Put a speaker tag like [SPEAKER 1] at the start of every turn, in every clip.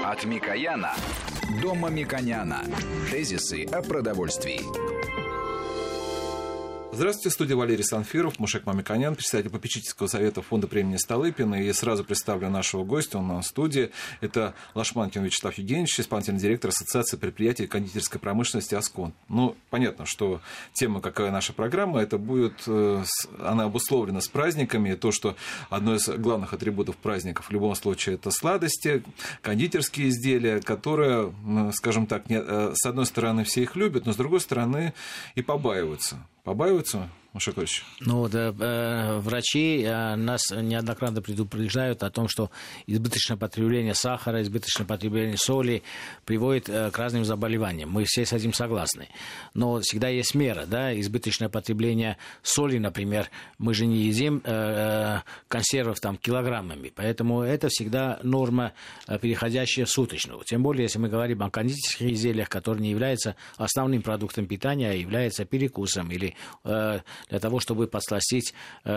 [SPEAKER 1] От Микояна до Мамиконяна. Тезисы о продовольствии.
[SPEAKER 2] Здравствуйте, студия Валерий Санфиров, Мушек Мамиконян, председатель попечительского совета фонда премии Столыпина. И сразу представлю нашего гостя, он на студии. Это Лашманкин Вячеслав Евгеньевич, исполнительный директор Ассоциации предприятий кондитерской промышленности «Аскон». Ну, понятно, что тема, какая наша программа, это будет, она обусловлена с праздниками. То, что одно из главных атрибутов праздников в любом случае это сладости, кондитерские изделия, которые, скажем так, с одной стороны все их любят, но с другой стороны и побаиваются. Побаиваются, Мушек Ильич?
[SPEAKER 3] Ну, да, врачи нас неоднократно предупреждают о том, что избыточное потребление сахара, избыточное потребление соли приводит к разным заболеваниям. Мы все с этим согласны. Но всегда есть мера, да, избыточное потребление соли, например, мы же не едим консервов там килограммами, поэтому это всегда норма, переходящая в суточную. Тем более, если мы говорим о кондитерских изделиях, которые не являются основным продуктом питания, а являются перекусом или для того, чтобы подсластить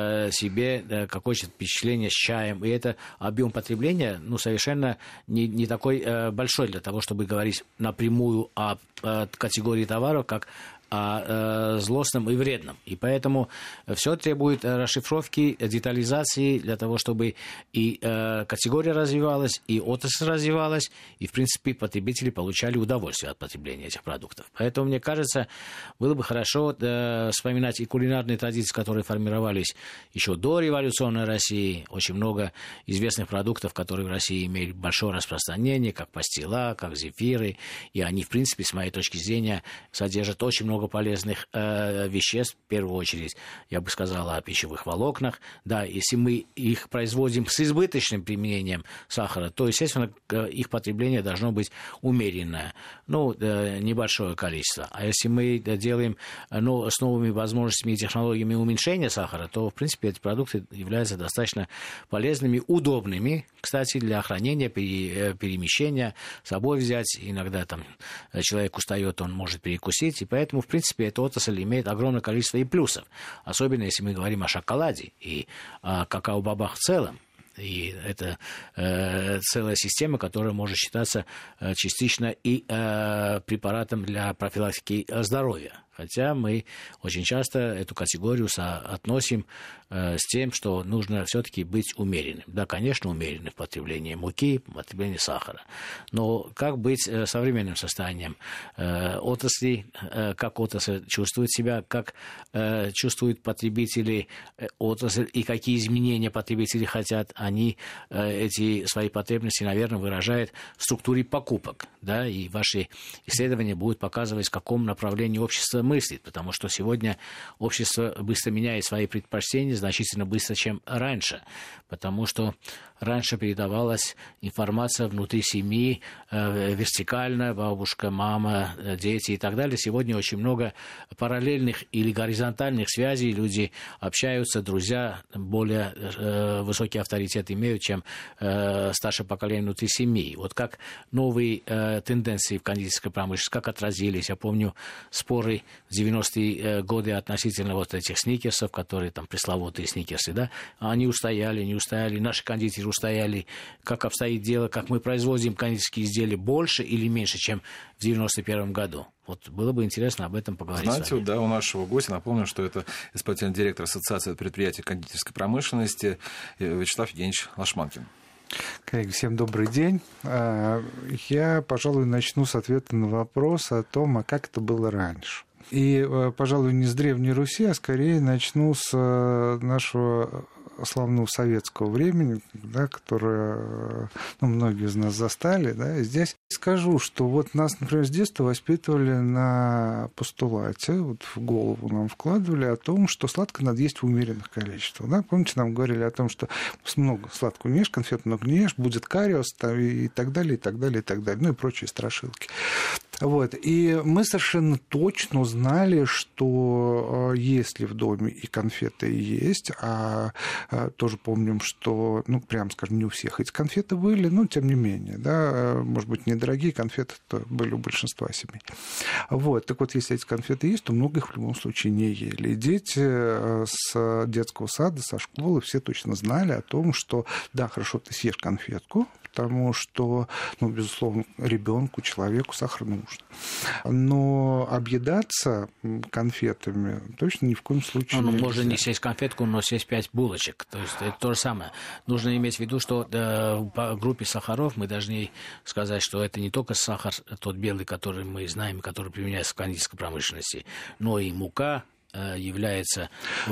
[SPEAKER 3] себе какое-то впечатление с чаем. И это объем потребления совершенно не такой большой для того, чтобы говорить напрямую о категории товаров, как о злостном и вредном. И поэтому все требует расшифровки, детализации для того, чтобы и категория развивалась, и отрасль развивалась, и, в принципе, потребители получали удовольствие от потребления этих продуктов. Поэтому, мне кажется, было бы хорошо вспоминать и кулинарные традиции, которые формировались еще до революционной России. Очень много известных продуктов, которые в России имели большое распространение, как пастила, как зефиры. И они, в принципе, с моей точки зрения, содержат очень много полезных веществ, в первую очередь, я бы сказал, о пищевых волокнах. Да, если мы их производим с избыточным применением сахара, то, естественно, их потребление должно быть умеренное, небольшое количество. А если мы делаем с новыми возможностями и технологиями уменьшения сахара, то, в принципе, эти продукты являются достаточно полезными, удобными, кстати, для хранения, перемещения, с собой взять. Иногда там человек устает, он может перекусить, и поэтому, в принципе, эта отрасль имеет огромное количество и плюсов. Особенно, если мы говорим о шоколаде и о какао-бобах в целом. И это целая система, которая может считаться частично и препаратом для профилактики здоровья. Хотя мы очень часто эту категорию относим с тем, что нужно все-таки быть умеренным. Да, конечно, умеренным в потреблении муки, в потреблении сахара. Но как быть современным состоянием отрасли, как отрасль чувствует себя, как чувствуют потребители отрасль и какие изменения потребители хотят, они эти свои потребности, наверное, выражают в структуре покупок. Да, и ваши исследования будут показывать, в каком направлении общество мыслит, потому что сегодня общество быстро меняет свои предпочтения, значительно быстро, чем раньше, потому что раньше передавалась информация внутри семьи, вертикально, бабушка, мама, дети и так далее. Сегодня очень много параллельных или горизонтальных связей, люди общаются, друзья более высокий авторитет имеют, чем старшее поколение внутри семьи. Вот как новые тенденции в кондитерской промышленности, как отразились. Я помню споры в 90-е годы относительно вот этих сникерсов, которые там пресловутые сникерсы, да, они устояли, не устояли, наши кондитеры устояли, как обстоит дело, как мы производим кондитерские изделия больше или меньше, чем в 91 году. Вот было бы интересно об этом поговорить.
[SPEAKER 2] Знаете, да, у нашего гостя, напомню, что это исполнительный директор Ассоциации предприятий кондитерской промышленности Вячеслав Евгеньевич Лашманкин.
[SPEAKER 4] Коллеги, всем добрый день. Я, пожалуй, начну с ответа на вопрос о том, а как это было раньше. И, пожалуй, не с Древней Руси, а скорее начну с нашего славного советского времени, да, которое многие из нас застали. Да, и здесь скажу, что вот нас, например, с детства воспитывали на постулате, вот в голову нам вкладывали о том, что сладкое надо есть в умеренных количествах. Да? Помните, нам говорили о том, что много сладкого не ешь, конфет много не ешь, будет кариес и так далее, и так далее, и так далее, ну и прочие страшилки. Вот. И мы совершенно точно знали, что если в доме и конфеты есть, тоже помним, что, прям скажем, не у всех эти конфеты были, но тем не менее, да, может быть, недорогие конфеты были у большинства семей. Вот. Так вот, если эти конфеты есть, то много их в любом случае не ели. И дети с детского сада, со школы все точно знали о том, что да, хорошо, ты съешь конфетку, потому что, безусловно, ребенку, человеку сахар нужен. Но объедаться конфетами точно ни в коем случае нельзя.
[SPEAKER 3] Можно не съесть конфетку, но съесть 5 булочек. То есть это то же самое. Нужно иметь в виду, что по группе сахаров мы должны сказать, что это не только сахар, тот белый, который мы знаем, который применяется в кондитерской промышленности, но и мука является,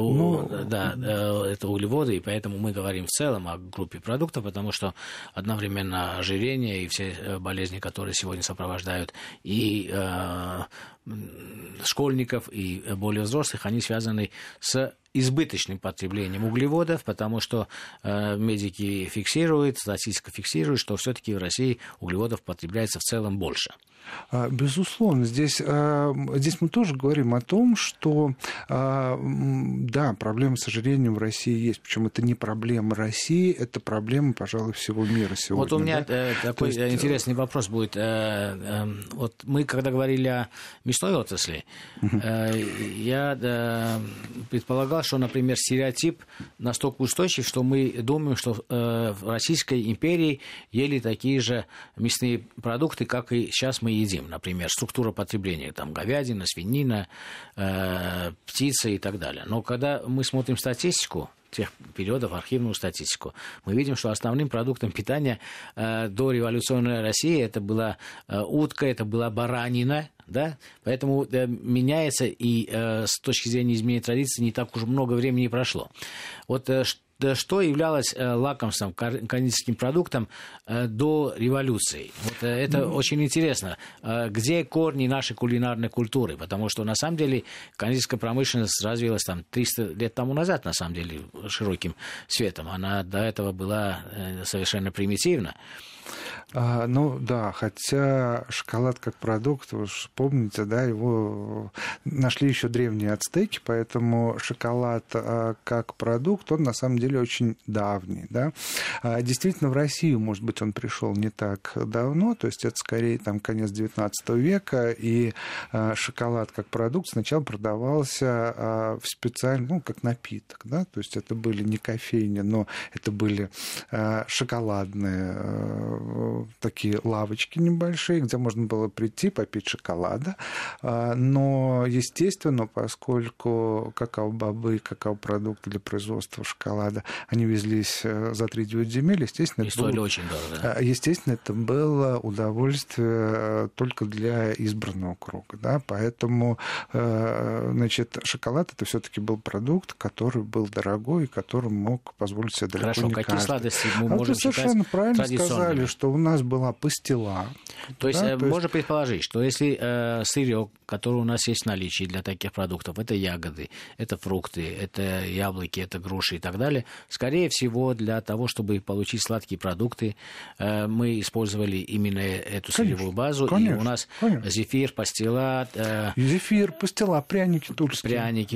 [SPEAKER 3] это углеводы, и поэтому мы говорим в целом о группе продуктов, потому что одновременно ожирение и все болезни, которые сегодня сопровождают и школьников, и более взрослых, они связаны с избыточным потреблением углеводов, потому что медики фиксируют, статистика фиксирует, что все-таки в России углеводов потребляется в целом больше.
[SPEAKER 4] Безусловно, здесь мы тоже говорим о том, что да, проблема с ожирением в России есть, причем это не проблема России, это проблема, пожалуй, всего мира сегодня.
[SPEAKER 3] Вот у меня такой интересный вопрос будет. Вот мы, когда говорили о мясной отрасли, я предполагал, что, например, стереотип настолько устойчив, что мы думаем, что в Российской империи ели такие же мясные продукты, как и сейчас мы едим. Например, структура потребления, там говядина, свинина, птица и так далее. Но когда мы смотрим статистику тех периодов, архивную статистику, мы видим, что основным продуктом питания до революционной России это была утка, это была баранина, да? Поэтому меняется, и с точки зрения изменения традиций не так уж много времени прошло. Вот что являлось лакомством, кондитерским продуктом до революции? Вот это очень интересно. Где корни нашей кулинарной культуры? Потому что, на самом деле, кондитерская промышленность развилась 300 лет тому назад, на самом деле, широким светом. Она до этого была совершенно примитивна.
[SPEAKER 4] Да, хотя шоколад как продукт, вы же помните, да, его нашли еще древние ацтеки, поэтому шоколад как продукт, он на самом деле очень давний, да. Действительно, в Россию, может быть, он пришел не так давно, то есть это скорее конец XIX века, и шоколад как продукт сначала продавался в специально, как напиток, да, то есть это были не кофейни, но это были шоколадные такие лавочки небольшие, где можно было прийти, попить шоколада. Но, естественно, поскольку какао-бобы, какао-продукты для производства шоколада, они везлись за 3-9 земель, естественно, это было удовольствие только для избранного круга. Да? Поэтому, шоколад это все-таки был продукт, который был дорогой и который мог позволить себе далеко не каждый.
[SPEAKER 3] Какие сладости мы можем считать
[SPEAKER 4] совершенно правильно сказали, что у нас была пастила.
[SPEAKER 3] То есть можно предположить, что если сырье, которое у нас есть в наличии для таких продуктов, это ягоды, это фрукты, это яблоки, это груши и так далее, скорее всего, для того, чтобы получить сладкие продукты, мы использовали именно эту сырьевую базу.
[SPEAKER 4] Конечно,
[SPEAKER 3] и у нас зефир, пастила...
[SPEAKER 4] Зефир, пастила, пряники тульские.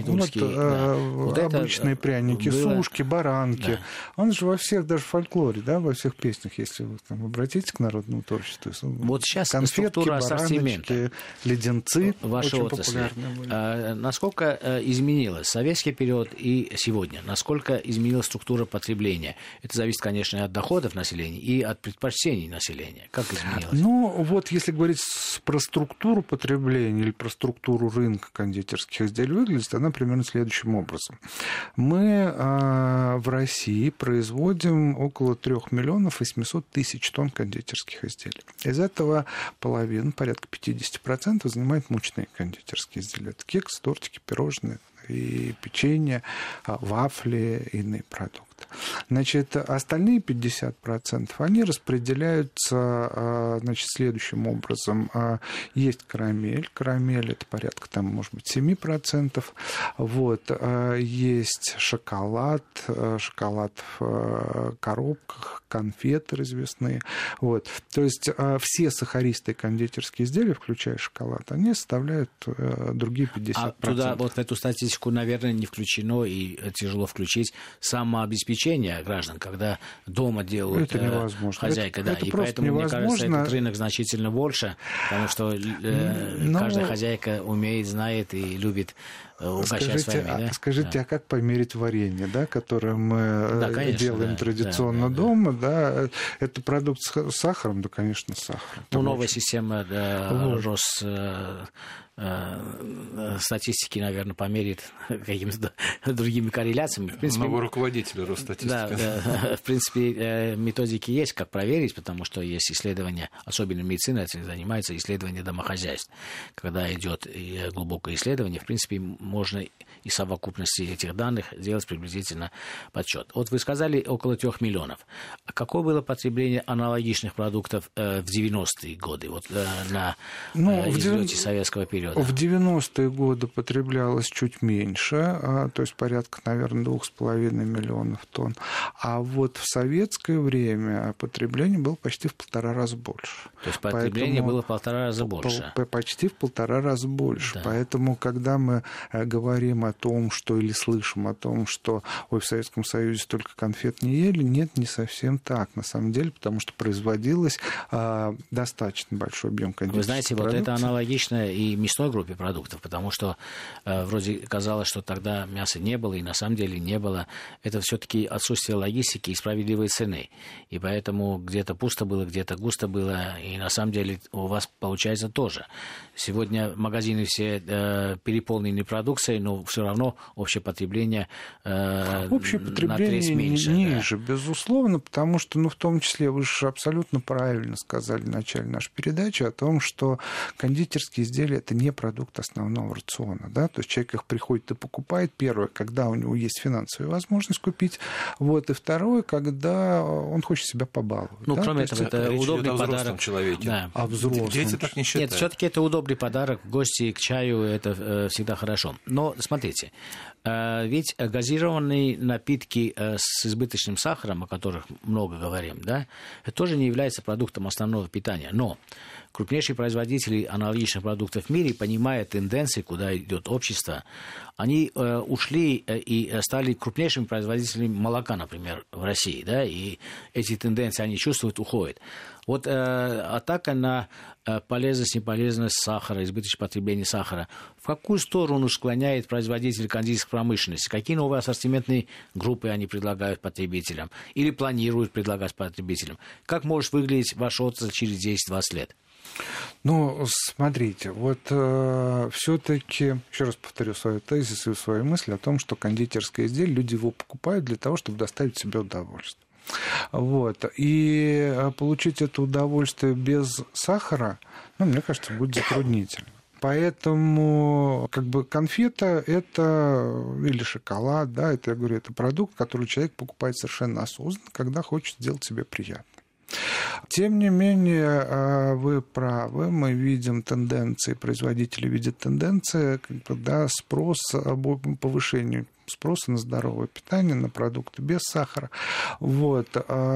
[SPEAKER 4] Обычные пряники, сушки, баранки. Да. Он же во всех, даже в фольклоре, да, во всех песнях, если вы обратитесь к народному творчеству.
[SPEAKER 3] Вот сейчас
[SPEAKER 4] конфетки,
[SPEAKER 3] структура ассортимента,
[SPEAKER 4] леденцы
[SPEAKER 3] вашей отрасли, насколько изменилась советский период и сегодня? Насколько изменилась структура потребления? Это зависит, конечно, от доходов населения и от предпочтений населения. Как изменилось?
[SPEAKER 4] Если говорить про структуру потребления или про структуру рынка кондитерских изделий, выглядит она примерно следующим образом. Мы в России производим около 3 800 000 тонн кондитерских изделий. Из этого половина, порядка 50%, занимает мучные кондитерские изделия. Это кексы, тортики, пирожные и печенье, вафли, иные продукты. продукт. Значит, остальные 50%, они распределяются, значит, следующим образом. Есть карамель. Карамель – это порядка, там, может быть, 7%. Вот. Есть шоколад в коробках, конфеты развесные. Вот. То есть все сахаристые кондитерские изделия, включая шоколад, они составляют другие 50%.
[SPEAKER 3] А туда, вот в эту статистику, наверное, не включено, и тяжело включить самообеспечение граждан, когда дома делают хозяйка.
[SPEAKER 4] Это
[SPEAKER 3] и поэтому,
[SPEAKER 4] невозможно.
[SPEAKER 3] Мне кажется, этот рынок значительно больше, потому что каждая хозяйка умеет, знает и любит угощать своими.
[SPEAKER 4] Скажите, а как померить варенье, да, которое мы делаем традиционно дома? Да? Это продукт с сахаром? Да, конечно, с сахаром.
[SPEAKER 3] Новая система статистики, наверное, померит какими-то другими корреляциями. В принципе,
[SPEAKER 2] новый руководитель Росстатистики.
[SPEAKER 3] Да, в принципе, методики есть, как проверить, потому что есть исследования, особенно медицина этим занимается, исследование домохозяйств. Когда идет глубокое исследование, в принципе, можно из совокупности этих данных делать приблизительно подсчет. Вот вы сказали около 3 миллионов. А какое было потребление аналогичных продуктов в 90-е годы, вот на излете советского периода?
[SPEAKER 4] В 90-е годы потреблялось чуть меньше, то есть порядка, наверное, 2,5 миллионов тонн. А вот в советское время потребление было почти в 1,5 раза больше.
[SPEAKER 3] То есть потребление было в 1,5 раза больше?
[SPEAKER 4] Почти в 1,5 раза больше. Да. Поэтому, когда мы говорим о том, что или слышим о том, что в Советском Союзе столько конфет не ели, нет, не совсем так, на самом деле, потому что производилось достаточно большой объем кондитерской
[SPEAKER 3] Вы знаете,
[SPEAKER 4] продукции.
[SPEAKER 3] Вот это аналогично и мясной группе продуктов, потому что вроде казалось, что тогда мяса не было, и на самом деле не было. Это все-таки отсутствие логистики и справедливой цены. И поэтому где-то пусто было, где-то густо было, и на самом деле у вас получается тоже. Сегодня магазины все переполнены продукцией, но все равно общее потребление на треть меньше.
[SPEAKER 4] Ниже, безусловно, потому что, в том числе, вы же абсолютно правильно сказали в начале нашей передачи о том, что кондитерские изделия – это не продукт основного рациона. Да? То есть человек их приходит и покупает. Первое, когда у него есть финансовая возможность купить. Вот. И второе, когда он хочет себя побаловать.
[SPEAKER 3] Да? Кроме этого, это удобный подарок.
[SPEAKER 2] Да.
[SPEAKER 4] А взрослым?
[SPEAKER 2] Дети так не считают.
[SPEAKER 3] Нет, все-таки это удобный подарок в гости к чаю, это всегда хорошо. Но смотрите, ведь газированные напитки с избыточным сахаром, о которых много говорим, да, это тоже не является продуктом основного питания. Но крупнейшие производители аналогичных продуктов в мире, понимая тенденции, куда идет общество, они ушли и стали крупнейшими производителями молока, например, в России, да, и эти тенденции они чувствуют, уходят. Вот атака на полезность, неполезность сахара, избыточное потребление сахара. В какую сторону склоняет производитель кондитерской промышленности? Какие новые ассортиментные группы они предлагают потребителям? Или планируют предлагать потребителям? Как может выглядеть ваш отрасль через 10-20 лет?
[SPEAKER 4] Смотрите, вот все-таки, еще раз повторю свою тезис и свою мысль о том, что кондитерское изделие, люди его покупают для того, чтобы доставить себе удовольствие. Вот. И получить это удовольствие без сахара, мне кажется, будет затруднительно. Поэтому конфета это или шоколад, да, это, я говорю, это продукт, который человек покупает совершенно осознанно, когда хочет сделать себе приятно. Тем не менее, вы правы, мы видим тенденции, производители видят тенденции, спрос по повышению спроса на здоровое питание, на продукты без сахара. Вот.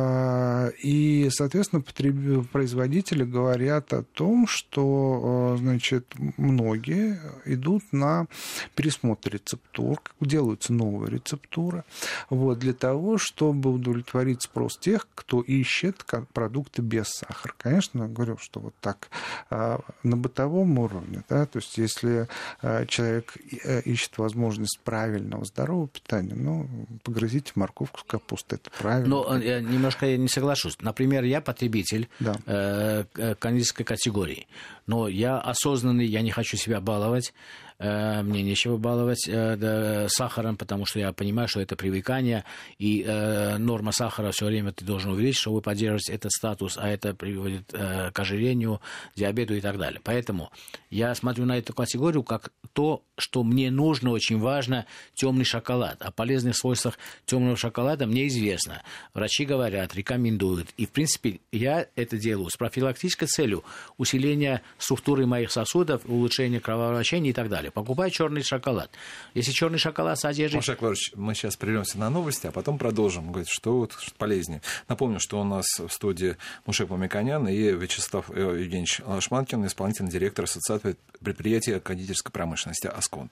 [SPEAKER 4] И, соответственно, производители говорят о том, что, многие идут на пересмотр рецептур, делаются новые рецептуры, для того, чтобы удовлетворить спрос тех, кто ищет продукты без сахара. Конечно, я говорю, что вот так на бытовом уровне, да, то есть если человек ищет возможность правильного здорового питания, погрызите морковку с капустой, это правильно.
[SPEAKER 3] Но я немножко не соглашусь. Например, я потребитель кондитерской категории, но я осознанный, я не хочу себя баловать, мне нечего баловать сахаром, потому что я понимаю, что это привыкание, и норма сахара все время ты должен увеличить, чтобы поддерживать этот статус, а это приводит к ожирению, диабету и так далее. Поэтому я смотрю на эту категорию как то, что мне нужно, очень важно, темный шоколад. О полезных свойствах темного шоколада мне известно. Врачи говорят, рекомендуют. И, в принципе, я это делаю с профилактической целью усиления структуры моих сосудов, улучшения кровообращения и так далее. Покупаю черный шоколад. Если черный шоколад содержит...
[SPEAKER 2] Мушек Владимирович, мы сейчас прервемся на новости, а потом продолжим. Говорит, что полезнее. Напомню, что у нас в студии Мушек Мамиканян и Вячеслав Евгеньевич Лашманкин, исполнительный директор Ассоциации предприятия кондитерской промышленности «Асконт».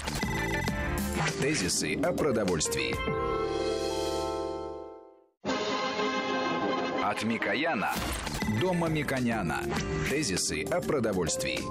[SPEAKER 1] Тезисы о продовольствии. От Микояна до Мамиконяна. Тезисы о продовольствии.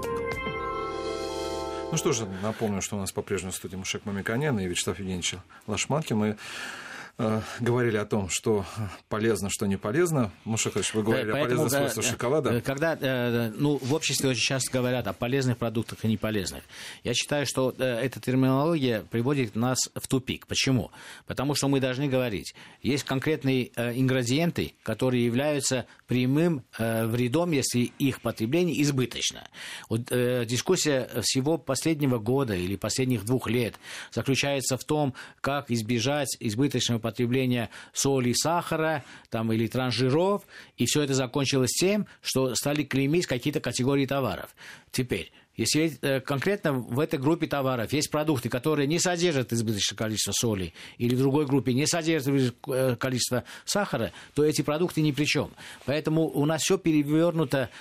[SPEAKER 2] Ну что же, напомню, что у нас по-прежнему в студии Мушек Мамиканян и Вячеслав Евгеньевич Лашманкин. Мы говорили о том, что полезно, что не полезно. Мушек Ильич, вы говорили о полезных свойствах шоколада.
[SPEAKER 3] Когда в обществе очень часто говорят о полезных продуктах и неполезных. Я считаю, что эта терминология приводит нас в тупик. Почему? Потому что мы должны говорить, есть конкретные ингредиенты, которые являются прямым вредом, если их потребление избыточно. Вот, дискуссия всего последнего года или последних 2 лет заключается в том, как избежать избыточного потребления соли и сахара там, или трансжиров, и все это закончилось тем, что стали клеймить какие-то категории товаров. Теперь, если конкретно в этой группе товаров есть продукты, которые не содержат избыточное количество соли, или в другой группе не содержат избыточное количество сахара, то эти продукты ни при чем. Поэтому у нас все перевернуто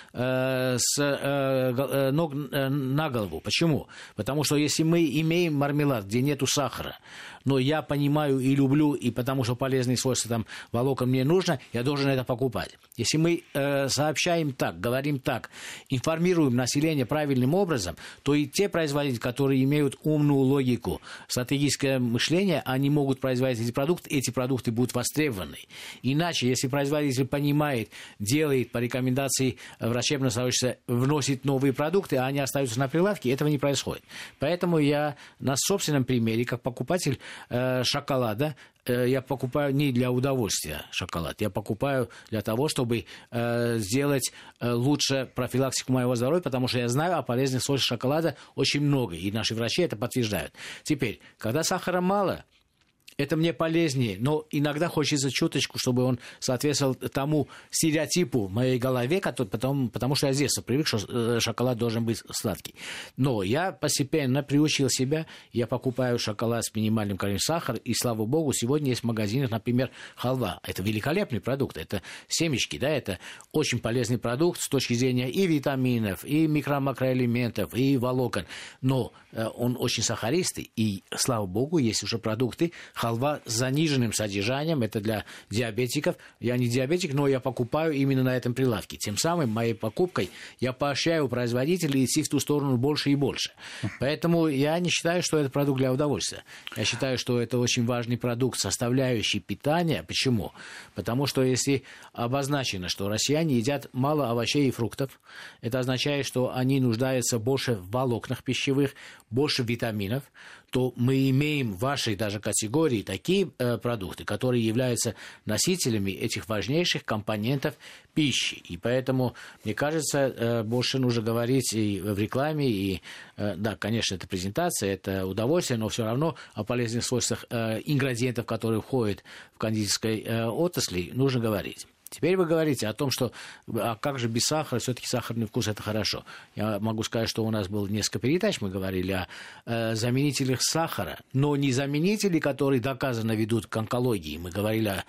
[SPEAKER 3] с ног на голову. Почему? Потому что если мы имеем мармелад, где нету сахара, но я понимаю и люблю, и потому что полезные свойства там волокон мне нужно, я должен это покупать. Если мы сообщаем так, говорим так, информируем население правильным образом, то и те производители, которые имеют умную логику, стратегическое мышление, они могут производить эти продукты будут востребованы. Иначе, если производитель понимает, делает по рекомендации врачебного сообщества, вносит новые продукты, а они остаются на прилавке, этого не происходит. Поэтому я на собственном примере, как покупатель шоколада, я покупаю не для удовольствия шоколад, я покупаю для того, чтобы сделать лучше профилактику моего здоровья, потому что я знаю о полезных свойствах шоколада очень много, и наши врачи это подтверждают. Теперь, когда сахара мало, это мне полезнее, но иногда хочется чуточку, чтобы он соответствовал тому стереотипу в моей голове, потому что я с детства привык, что шоколад должен быть сладкий. Но я постепенно приучил себя, я покупаю шоколад с минимальным количеством сахара, и, слава богу, сегодня есть в магазинах, например, халва. Это великолепный продукт, это семечки, да, это очень полезный продукт с точки зрения и витаминов, и макроэлементов, и волокон. Но он очень сахаристый, и, слава богу, есть уже продукты, халва с заниженным содержанием, это для диабетиков. Я не диабетик, но я покупаю именно на этом прилавке. Тем самым моей покупкой я поощряю производителей идти в ту сторону больше и больше. Поэтому я не считаю, что это продукт для удовольствия. Я считаю, что это очень важный продукт, составляющий питания. Почему? Потому что если обозначено, что россияне едят мало овощей и фруктов, это означает, что они нуждаются больше в волокнах пищевых, больше витаминов, то мы имеем в вашей даже категории такие продукты, которые являются носителями этих важнейших компонентов пищи. И поэтому, мне кажется, больше нужно говорить и в рекламе, и, да, конечно, это презентация, это удовольствие, но все равно о полезных свойствах ингредиентов, которые входят в кондитерской отрасли, нужно говорить. Теперь вы говорите о том, что а как же без сахара, все-таки сахарный вкус – это хорошо. Я могу сказать, что у нас было несколько передач, мы говорили о заменителях сахара, но не заменители, которые доказанно ведут к онкологии. Мы говорили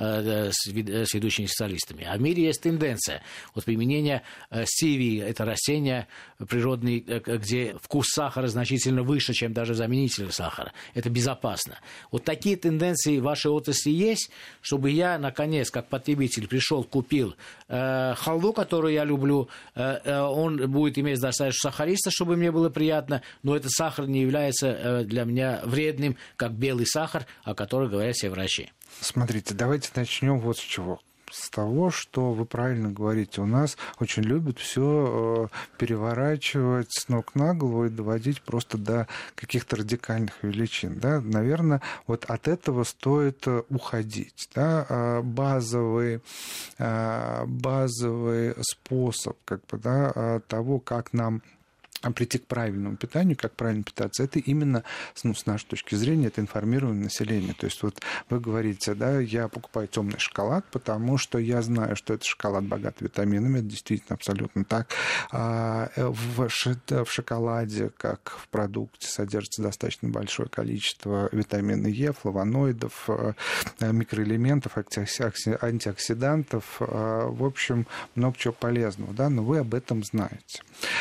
[SPEAKER 3] с ведущими специалистами. А в мире есть тенденция. Вот применение стевии – это растение природное, где вкус сахара значительно выше, чем даже заменитель сахара. Это безопасно. Вот такие тенденции в вашей отрасли есть, чтобы я, наконец, как потребитель, пришел, купил халву, которую я люблю, он будет иметь достаточно сахариста, чтобы мне было приятно, но этот сахар не является для меня вредным, как белый сахар, о котором говорят все врачи.
[SPEAKER 4] Смотрите, давайте начнем вот с чего. с того, что вы правильно говорите. У нас очень любят все переворачивать с ног на голову и доводить просто до каких-то радикальных величин. Да? Наверное, вот от этого стоит уходить. Да? Базовый способ того, как нам прийти к правильному питанию, как правильно питаться, это именно, с нашей точки зрения, это информированное население. То есть вот вы говорите, да, я покупаю темный шоколад, потому что я знаю, что это шоколад богат витаминами, это действительно абсолютно так. В шоколаде, как в продукте, содержится достаточно большое количество витамина Е, флавоноидов, микроэлементов, антиоксидантов, в общем, много чего полезного, да, но вы об этом знаете.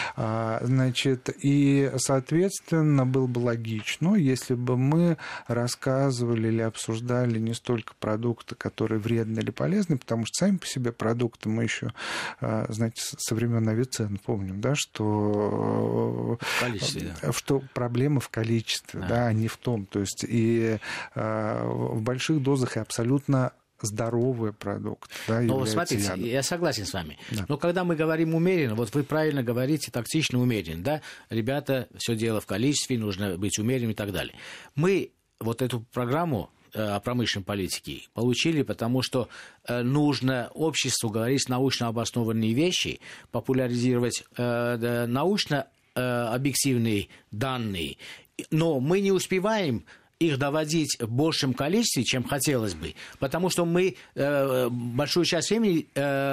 [SPEAKER 4] И, соответственно, было бы логично, если бы мы рассказывали или обсуждали не столько продукты, которые вредны или полезны, потому что сами по себе продукты мы еще, знаете, со времен Авиценны помним, да, что проблема в количестве, да, а не в том. То есть и в больших дозах и абсолютно здоровый продукт. Да,
[SPEAKER 3] но смотрите, ядом. Я согласен с вами. Да. Но когда мы говорим умеренно, вот вы правильно говорите, тактично умеренно, да, ребята, все дело в количестве, нужно быть умеренным и так далее. Мы вот эту программу о промышленной политике получили, потому что нужно обществу говорить научно обоснованные вещи, популяризировать научно объективные данные, но мы не успеваем их доводить в большем количестве, чем хотелось бы, потому что мы большую часть времени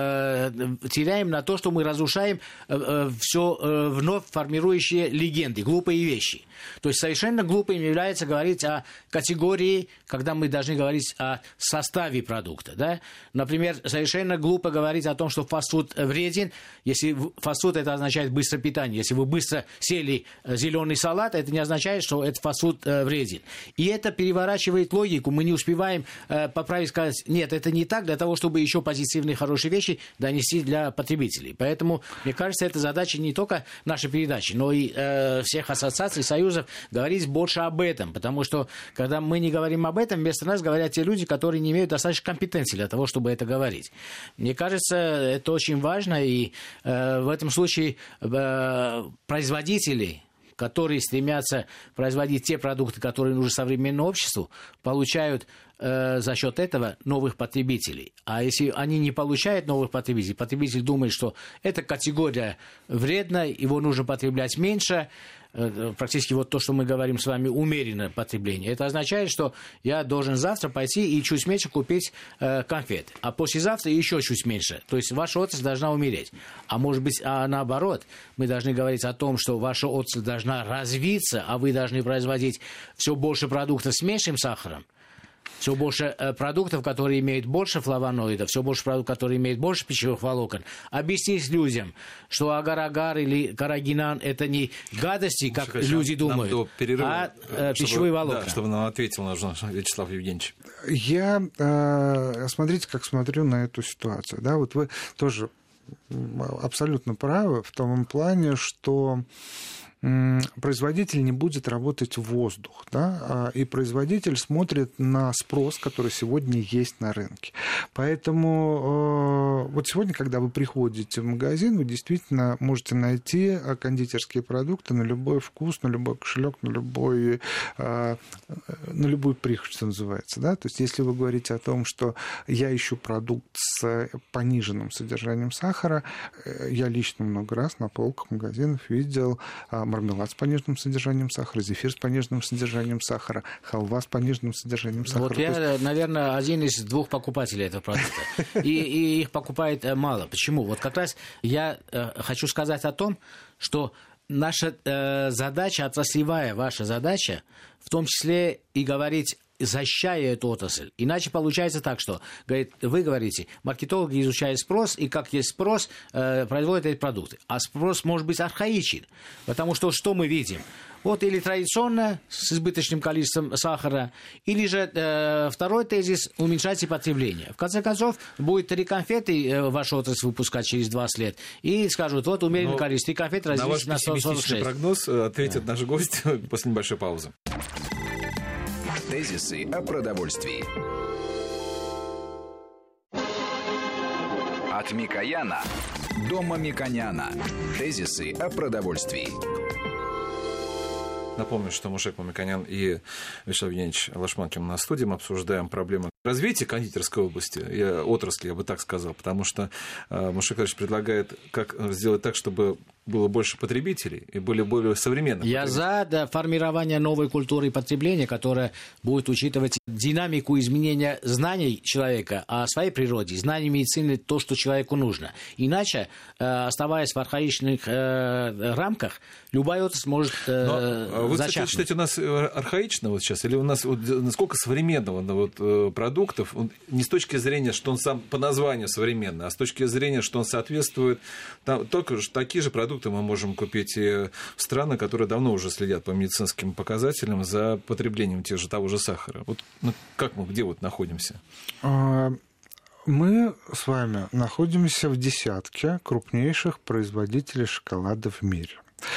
[SPEAKER 3] теряем на то, что мы разрушаем все вновь формирующие легенды, глупые вещи. То есть совершенно глупым является говорить о категории, когда мы должны говорить о составе продукта. Да? Например, совершенно глупо говорить о том, что фастфуд вреден, если фастфуд это означает быстрое питание. Если вы быстро съели зеленый салат, это не означает, что этот фастфуд вреден. И это переворачивает логику. Мы не успеваем поправить, сказать, нет, это не так, для того, чтобы еще позитивные, хорошие вещи донести для потребителей. Поэтому, мне кажется, это задача не только нашей передачи, но и всех ассоциаций, союзов говорить больше об этом. Потому что, когда мы не говорим об этом, вместо нас говорят те люди, которые не имеют достаточно компетенции для того, чтобы это говорить. Мне кажется, это очень важно. И в этом случае производители, которые стремятся производить те продукты, которые нужны современному обществу, получают за счет этого новых потребителей. А если они не получают новых потребителей, потребитель думает, что эта категория вредна, его нужно потреблять меньше, практически вот то, что мы говорим с вами, умеренное потребление. Это означает, что я должен завтра пойти и чуть меньше купить конфет, а послезавтра еще чуть меньше. То есть ваша отрасль должна умереть. А может быть, наоборот, мы должны говорить о том, что ваша отрасль должна развиться, а вы должны производить все больше продуктов с меньшим сахаром, все больше продуктов, которые имеют больше флавоноидов, все больше продуктов, которые имеют больше пищевых волокон. Объяснить людям, что агар-агар или карагинан – это не гадости, как люди думают, а пищевые волокна.
[SPEAKER 2] Да, чтобы нам ответил нужно Вячеслав Евгеньевич.
[SPEAKER 4] Я, смотрите, как смотрю на эту ситуацию. Да, вот вы тоже абсолютно правы в том плане, что производитель не будет работать в воздух, да, и производитель смотрит на спрос, который сегодня есть на рынке. Поэтому вот сегодня, когда вы приходите в магазин, вы действительно можете найти кондитерские продукты на любой вкус, на любой кошелек, на любую прихоть, что называется. Да? То есть если вы говорите о том, что я ищу продукт с пониженным содержанием сахара, я лично много раз на полках магазинов видел мармелад с пониженным содержанием сахара, зефир с пониженным содержанием сахара, халва с пониженным содержанием сахара.
[SPEAKER 3] Вот я, наверное, один из двух покупателей этого продукта. И их покупает мало. Почему? Вот как раз я хочу сказать о том, что наша задача, отраслевая ваша задача, в том числе и говорить, защищая эту отрасль. Иначе получается так, что вы говорите, маркетологи изучают спрос, и как есть спрос, производят эти продукты. А спрос может быть архаичен, потому что мы видим? Вот или традиционно с избыточным количеством сахара, или же второй тезис – уменьшайте потребление. В конце концов, будет 3 конфеты ваша отрасль выпускать через 20 лет, и скажут, вот умеренное количество 3 конфет развится на 146.
[SPEAKER 2] На ваш пессимистичный прогноз ответит наш гость после небольшой паузы.
[SPEAKER 1] Тезисы о продовольствии. От Микояна до Мамиконяна. Тезисы о продовольствии.
[SPEAKER 2] Напомню, что Мушек Мамиконян и Вячеслав Евгеньевич Лашманкин на студии. Мы обсуждаем проблемы развития кондитерской области, отрасли, я бы так сказал, потому что Мушек Ильич предлагает, как сделать так, чтобы было больше потребителей и были более современными.
[SPEAKER 3] Я за формирование новой культуры потребления, которая будет учитывать динамику изменения знаний человека о своей природе, знаний медицины, то, что человеку нужно. Иначе, оставаясь в архаичных рамках, любая отрасль может
[SPEAKER 2] вы, кстати, считаете, у нас архаичного сейчас, или у нас насколько современного продуктов, не с точки зрения, что он сам по названию современный, а с точки зрения, что он соответствует, только такие же продукты мы можем купить и в странах, которые давно уже следят по медицинским показателям за потреблением того же сахара. Вот как мы, где находимся?
[SPEAKER 4] Мы с вами находимся в десятке крупнейших производителей шоколада в мире.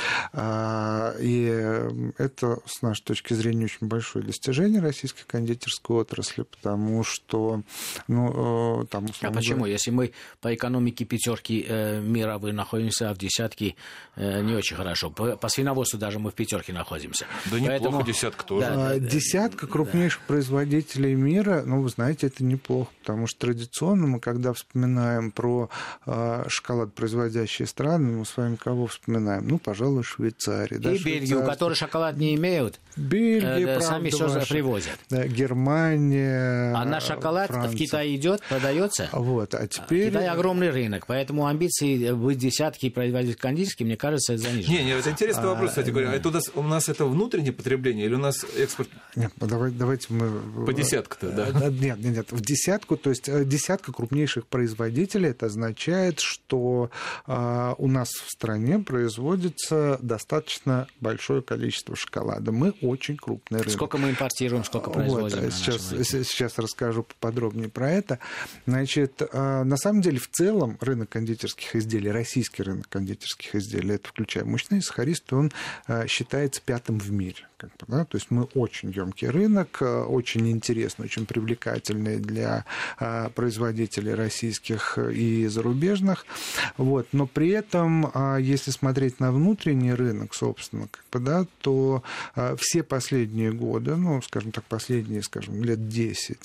[SPEAKER 4] И это, с нашей точки зрения, очень большое достижение российской кондитерской отрасли, потому что, там...
[SPEAKER 3] А почему? Если мы по экономике пятерки мировой находимся в десятке, не очень хорошо. По свиноводству даже мы в пятерке находимся.
[SPEAKER 2] Да неплохо, десятка тоже.
[SPEAKER 4] Да, десятка крупнейших производителей мира, вы знаете, это неплохо, потому что традиционно мы, когда вспоминаем про шоколадопроизводящие страны, мы с вами кого вспоминаем? Пожалуй, Швейцария.
[SPEAKER 3] И Бельгию, у которой шоколад не имеют,
[SPEAKER 4] Бельгия,
[SPEAKER 3] сами все привозят.
[SPEAKER 4] Да, Германия,
[SPEAKER 3] а наш шоколад
[SPEAKER 4] Франция.
[SPEAKER 3] в Китай идет, продается.
[SPEAKER 4] А теперь...
[SPEAKER 3] Китай огромный рынок, поэтому амбиции быть десятки и производить кондитерские, мне кажется, это занижено.
[SPEAKER 2] Это интересный вопрос, кстати говоря. Это у нас это внутреннее потребление или у нас экспорт?
[SPEAKER 4] Нет, давайте мы...
[SPEAKER 2] По десятку-то, да?
[SPEAKER 4] Нет, в десятку, то есть десятка крупнейших производителей, это означает, что у нас в стране производится достаточно большое количество шоколада. Мы очень крупный рынок.
[SPEAKER 3] Сколько мы импортируем, сколько производим?
[SPEAKER 4] Сейчас расскажу поподробнее про это. Значит, на самом деле, в целом рынок кондитерских изделий, российский рынок кондитерских изделий, это включая мучные, сахаристые, он считается 5-м в мире. То есть мы очень емкий рынок, очень интересный, очень привлекательный для производителей российских и зарубежных. Но при этом, если смотреть на внутренний рынок, собственно, то все последние годы, последние, лет 10,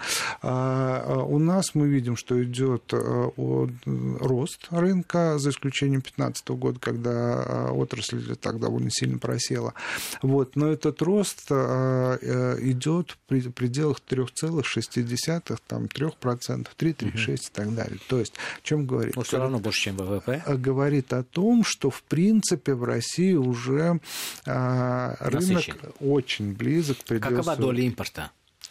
[SPEAKER 4] у нас мы видим, что идет рост рынка, за исключением 2015 года, когда отрасль так довольно сильно просела. Но этот рост идет в пределах 3,6%, 3%, 3,6% и так далее. То есть, о чем говорит?
[SPEAKER 3] Все равно больше, чем ВВП.
[SPEAKER 4] Говорит о том, что, в принципе, в России уже рынок очень близок к пределу.
[SPEAKER 3] Какова доля импорта?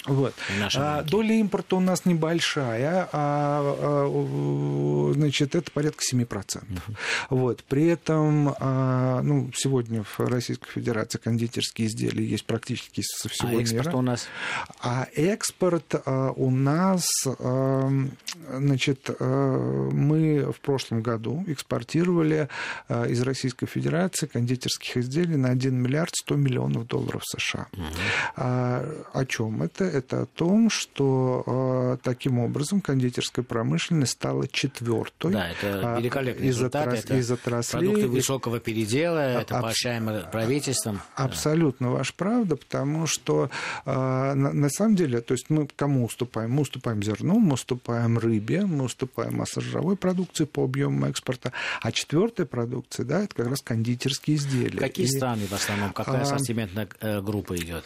[SPEAKER 4] Доля импорта у нас небольшая, это порядка 7%. При этом сегодня в Российской Федерации кондитерские изделия есть практически со всего мира.
[SPEAKER 3] Экспорт у нас?
[SPEAKER 4] А экспорт у нас, мы в прошлом году экспортировали из Российской Федерации кондитерских изделий на 1 миллиард 100 миллионов долларов США. О чем это? Это о том, что таким образом кондитерская промышленность стала 4-й.
[SPEAKER 3] Да, это великолепный результат.
[SPEAKER 4] Из отраслей.
[SPEAKER 3] Продукты высокого передела, это поощряемо правительством.
[SPEAKER 4] Абсолютно ваша правда, потому что на самом деле, то есть мы кому уступаем? Мы уступаем зерну, мы уступаем рыбе, мы уступаем массовой продукции по объему экспорта, а 4-я продукция, это как раз кондитерские изделия.
[SPEAKER 3] Какие страны в основном? Какая ассортиментная группа идет?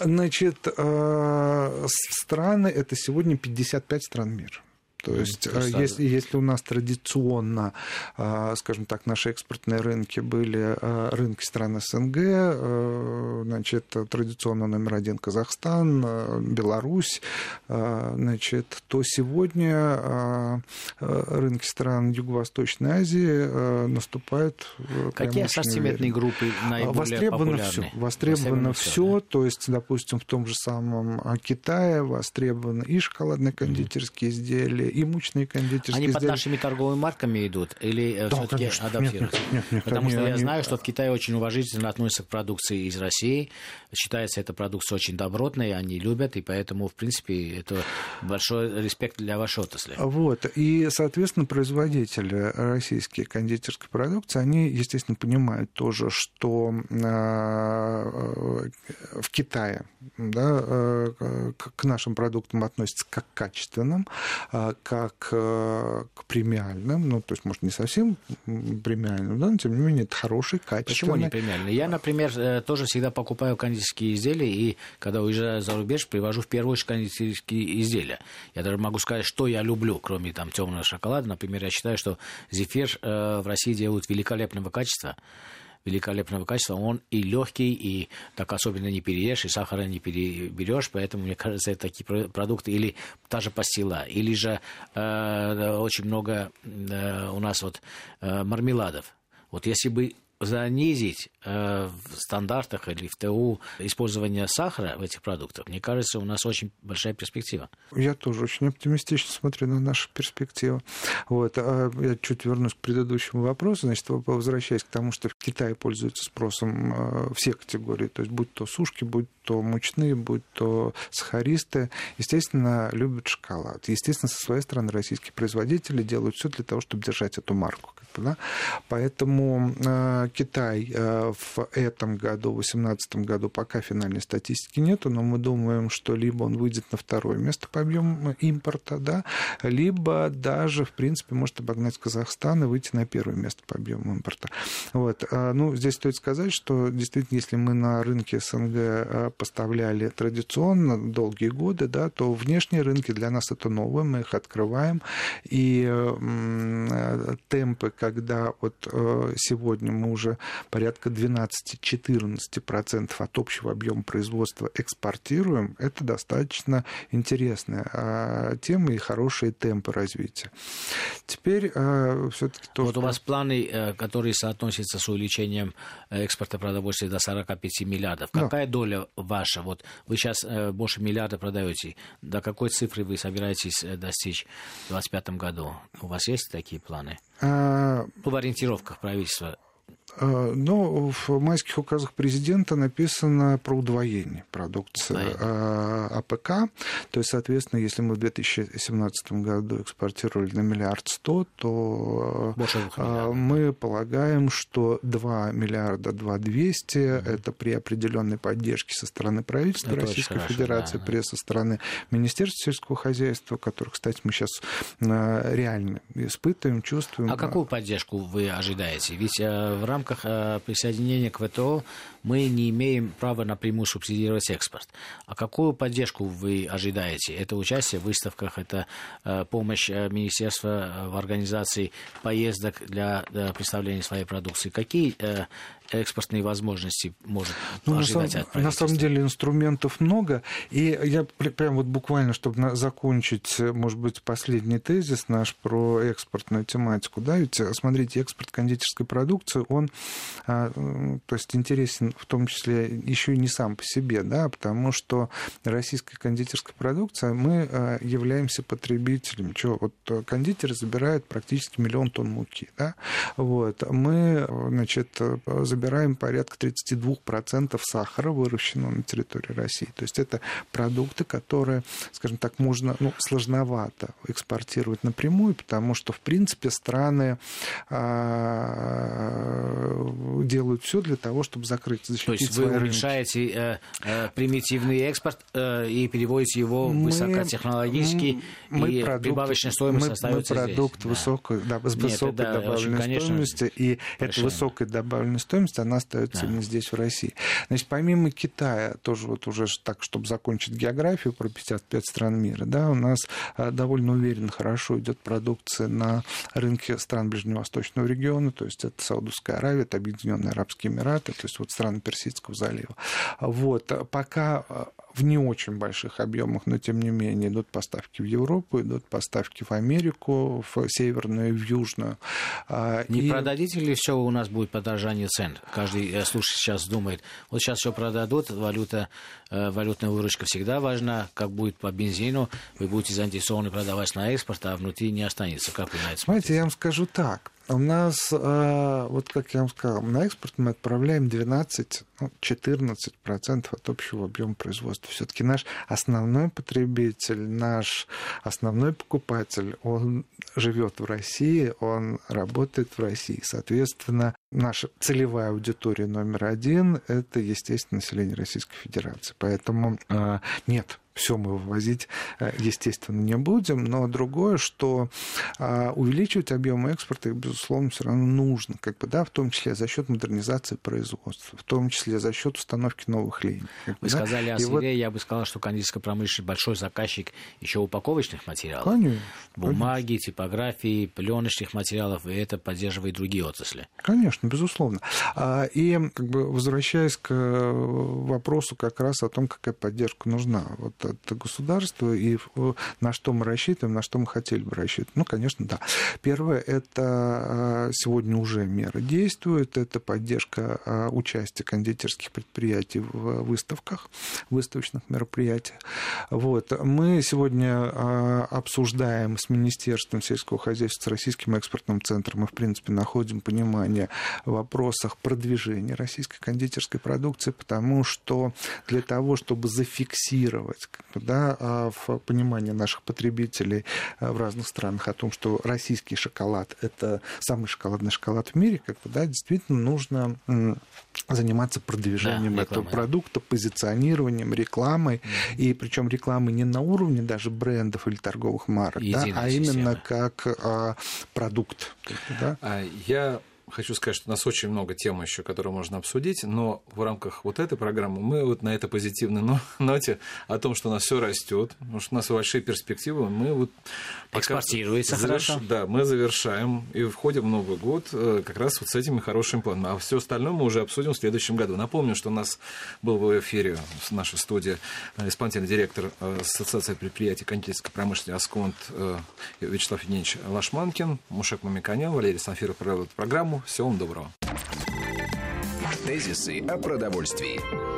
[SPEAKER 4] Страны — это сегодня 55 стран мира. То есть, если у нас традиционно, скажем так, наши экспортные рынки были рынки стран СНГ, традиционно номер 1 Казахстан, Беларусь, то сегодня рынки стран Юго-Восточной Азии наступают...
[SPEAKER 3] Какие ассортиментные группы наиболее популярны?
[SPEAKER 4] Востребовано все. То есть, допустим, в том же самом Китае востребованы и шоколадно-кондитерские изделия, и мучные кондитерские
[SPEAKER 3] Они
[SPEAKER 4] изделия.
[SPEAKER 3] под нашими торговыми марками идут или
[SPEAKER 4] Да,
[SPEAKER 3] все-таки
[SPEAKER 4] конечно.
[SPEAKER 3] адаптируются?
[SPEAKER 4] Нет,
[SPEAKER 3] Потому что я
[SPEAKER 4] они-
[SPEAKER 3] знаю, что в Китае очень уважительно относятся к продукции из России. Считается эта продукция очень добротной, они любят, и поэтому, в принципе, это большой респект для вашей отрасли.
[SPEAKER 4] Вот. И, соответственно, производители российские кондитерской продукции, они, естественно, понимают тоже, что в Китае, да, к нашим продуктам относятся как к качественным, как к премиальным, ну, то есть, может, не совсем премиальным, да, но, тем не менее, это хороший, качественный.
[SPEAKER 3] Почему не премиальные? Я, например, тоже всегда покупаю кондитерские изделия, и когда уезжаю за рубеж, привожу в первую очередь кондитерские изделия. Я даже могу сказать, что я люблю, кроме там темного шоколада. Например, я считаю, что зефир в России делают великолепного качества. Он и легкий, и так особенно не переешь, и сахара не переберешь, поэтому, мне кажется, это такие продукты, или та же пастила, или же очень много у нас вот мармеладов. Вот если бы занизить в стандартах или в ТУ использование сахара в этих продуктах, мне кажется, у нас очень большая перспектива.
[SPEAKER 4] Я тоже очень оптимистично смотрю на наши перспективы. Вот. Я чуть вернусь к предыдущему вопросу. Значит, возвращаясь к тому, что в Китае пользуются спросом все категории, то есть будь то сушки, будь то мучные, будь то сахаристые, естественно, любят шоколад. Естественно, со своей стороны российские производители делают все для того, чтобы держать эту марку. Да? Поэтому Китай в этом году, в 2018 году, пока финальной статистики нету, но мы думаем, что либо он выйдет на второе место по объему импорта, да, либо даже, в принципе, может обогнать Казахстан и выйти на первое место по объему импорта. Вот. Ну, здесь стоит сказать, что действительно, если мы на рынке СНГ поставляли традиционно долгие годы, да, то внешние рынки для нас это новые, мы их открываем, и темпы, когда вот сегодня мы уже порядка 12-14% от общего объема производства экспортируем, это достаточно интересная тема и хорошие темпы развития. Теперь все-таки то,
[SPEAKER 3] вот
[SPEAKER 4] что...
[SPEAKER 3] у вас планы, которые соотносятся с увеличением экспорта продовольствия до 45 миллиардов. Какая доля ваша? Вот вы сейчас больше миллиарда продаете. До какой цифры вы собираетесь достичь в 2025 году? У вас есть такие планы? В ориентировках правительства.
[SPEAKER 4] Но в майских указах президента написано про удвоение продукции АПК. То есть, соответственно, если мы в 2017 году экспортировали на 1 100 000 000, то мы полагаем, что 2 200 000 000 это при определенной поддержке со стороны правительства это Российской Федерации, со стороны Министерства сельского хозяйства, которых, кстати, мы сейчас реально испытываем, чувствуем.
[SPEAKER 3] А какую поддержку вы ожидаете? Ведь в рамках присоединения к ВТО мы не имеем права напрямую субсидировать экспорт. А какую поддержку вы ожидаете? Это участие в выставках, это помощь министерства в организации поездок для представления своей продукции. Какие экспортные возможности может ожидать от правительства?
[SPEAKER 4] На самом деле инструментов много. И я прям вот буквально, чтобы закончить, может быть, последний тезис наш про экспортную тематику. Да, ведь, смотрите, экспорт кондитерской продукции, он то есть интересен в том числе еще и не сам по себе, да, потому что российская кондитерская продукция, мы являемся потребителем. Вот кондитеры забирают практически 1 000 000 тонн муки. Да? Вот. Мы, значит, забираем порядка 32% сахара, выращенного на территории России. То есть это продукты, которые, скажем так, можно сложновато экспортировать напрямую, потому что, в принципе, страны делают все для того, чтобы защитить свои рынки.
[SPEAKER 3] То есть вы уменьшаете примитивный экспорт и переводите его высокотехнологически, и прибавочная стоимость остается здесь.
[SPEAKER 4] Мы продукт с высокой добавленной стоимостью, и эта высокая добавленная стоимость, она остается именно здесь, в России. Значит, помимо Китая, тоже вот уже так, чтобы закончить географию про 55 стран мира, да, у нас довольно уверенно, хорошо идет продукция на рынке стран Ближневосточного региона, то есть это Саудовская Аравия, это Объединенные Арабские Эмираты, то есть вот страны Персидского залива. Вот. Пока в не очень больших объемах, но тем не менее идут поставки в Европу, идут поставки в Америку, в Северную, в Южную.
[SPEAKER 3] Не продадите ли все, у нас будет подорожание цен? Каждый слушатель сейчас думает, вот сейчас все продадут, валютная выручка всегда важна, как будет по бензину, вы будете заинтересованы продавать на экспорт, а внутри не останется. Как вы на это смотрите?
[SPEAKER 4] Знаете, я вам скажу так. У нас, вот как я вам сказал, на экспорт мы отправляем 12-14% от общего объема производства. Все-таки наш основной потребитель, наш основной покупатель, он живет в России, он работает в России. Соответственно, наша целевая аудитория номер один – это, естественно, население Российской Федерации. Поэтому нет. Все мы вывозить, естественно, не будем, но другое, что увеличивать объемы экспорта, безусловно, все равно нужно, в том числе за счет модернизации производства, в том числе за счет установки новых линий.
[SPEAKER 3] Вы сказали о сырье, я бы сказал, что кондитерская промышленность большой заказчик еще упаковочных материалов.
[SPEAKER 4] Конечно.
[SPEAKER 3] Бумаги, типографии, пленочных материалов, и это поддерживает другие отрасли.
[SPEAKER 4] Конечно, безусловно. И возвращаясь к вопросу как раз о том, какая поддержка нужна от государства и на что мы рассчитываем, на что мы хотели бы рассчитывать. Ну, конечно, да. Первое, это сегодня уже меры действуют, это поддержка участия кондитерских предприятий в выставках, выставочных мероприятиях. Мы сегодня обсуждаем с Министерством сельского хозяйства, с Российским экспортным центром, и, в принципе, находим понимание в вопросах продвижения российской кондитерской продукции, потому что для того, чтобы зафиксировать в понимании наших потребителей в разных странах о том, что российский шоколад – это самый шоколадный шоколад в мире, действительно нужно заниматься продвижением этого продукта, позиционированием, рекламой, и причем рекламой не на уровне даже брендов или торговых марок, а именно как продукт.
[SPEAKER 2] Я хочу сказать, что у нас очень много тем еще, которые можно обсудить, но в рамках этой программы мы на этой позитивной ноте о том, что у нас все растет, потому что у нас большие перспективы, мы
[SPEAKER 3] экспортируется хорошо.
[SPEAKER 2] Да, мы завершаем и входим в Новый год как раз с этими хорошими планами. А все остальное мы уже обсудим в следующем году. Напомню, что у нас был в эфире в нашей студии исполнительный директор Ассоциации предприятий кондитерской промышленности «Асконт» Вячеслав Евгеньевич Лашманкин, Мушек Мамиканян, Валерий Санфиров провел эту программу. Всего вам доброго.
[SPEAKER 1] Тезисы о продовольствии.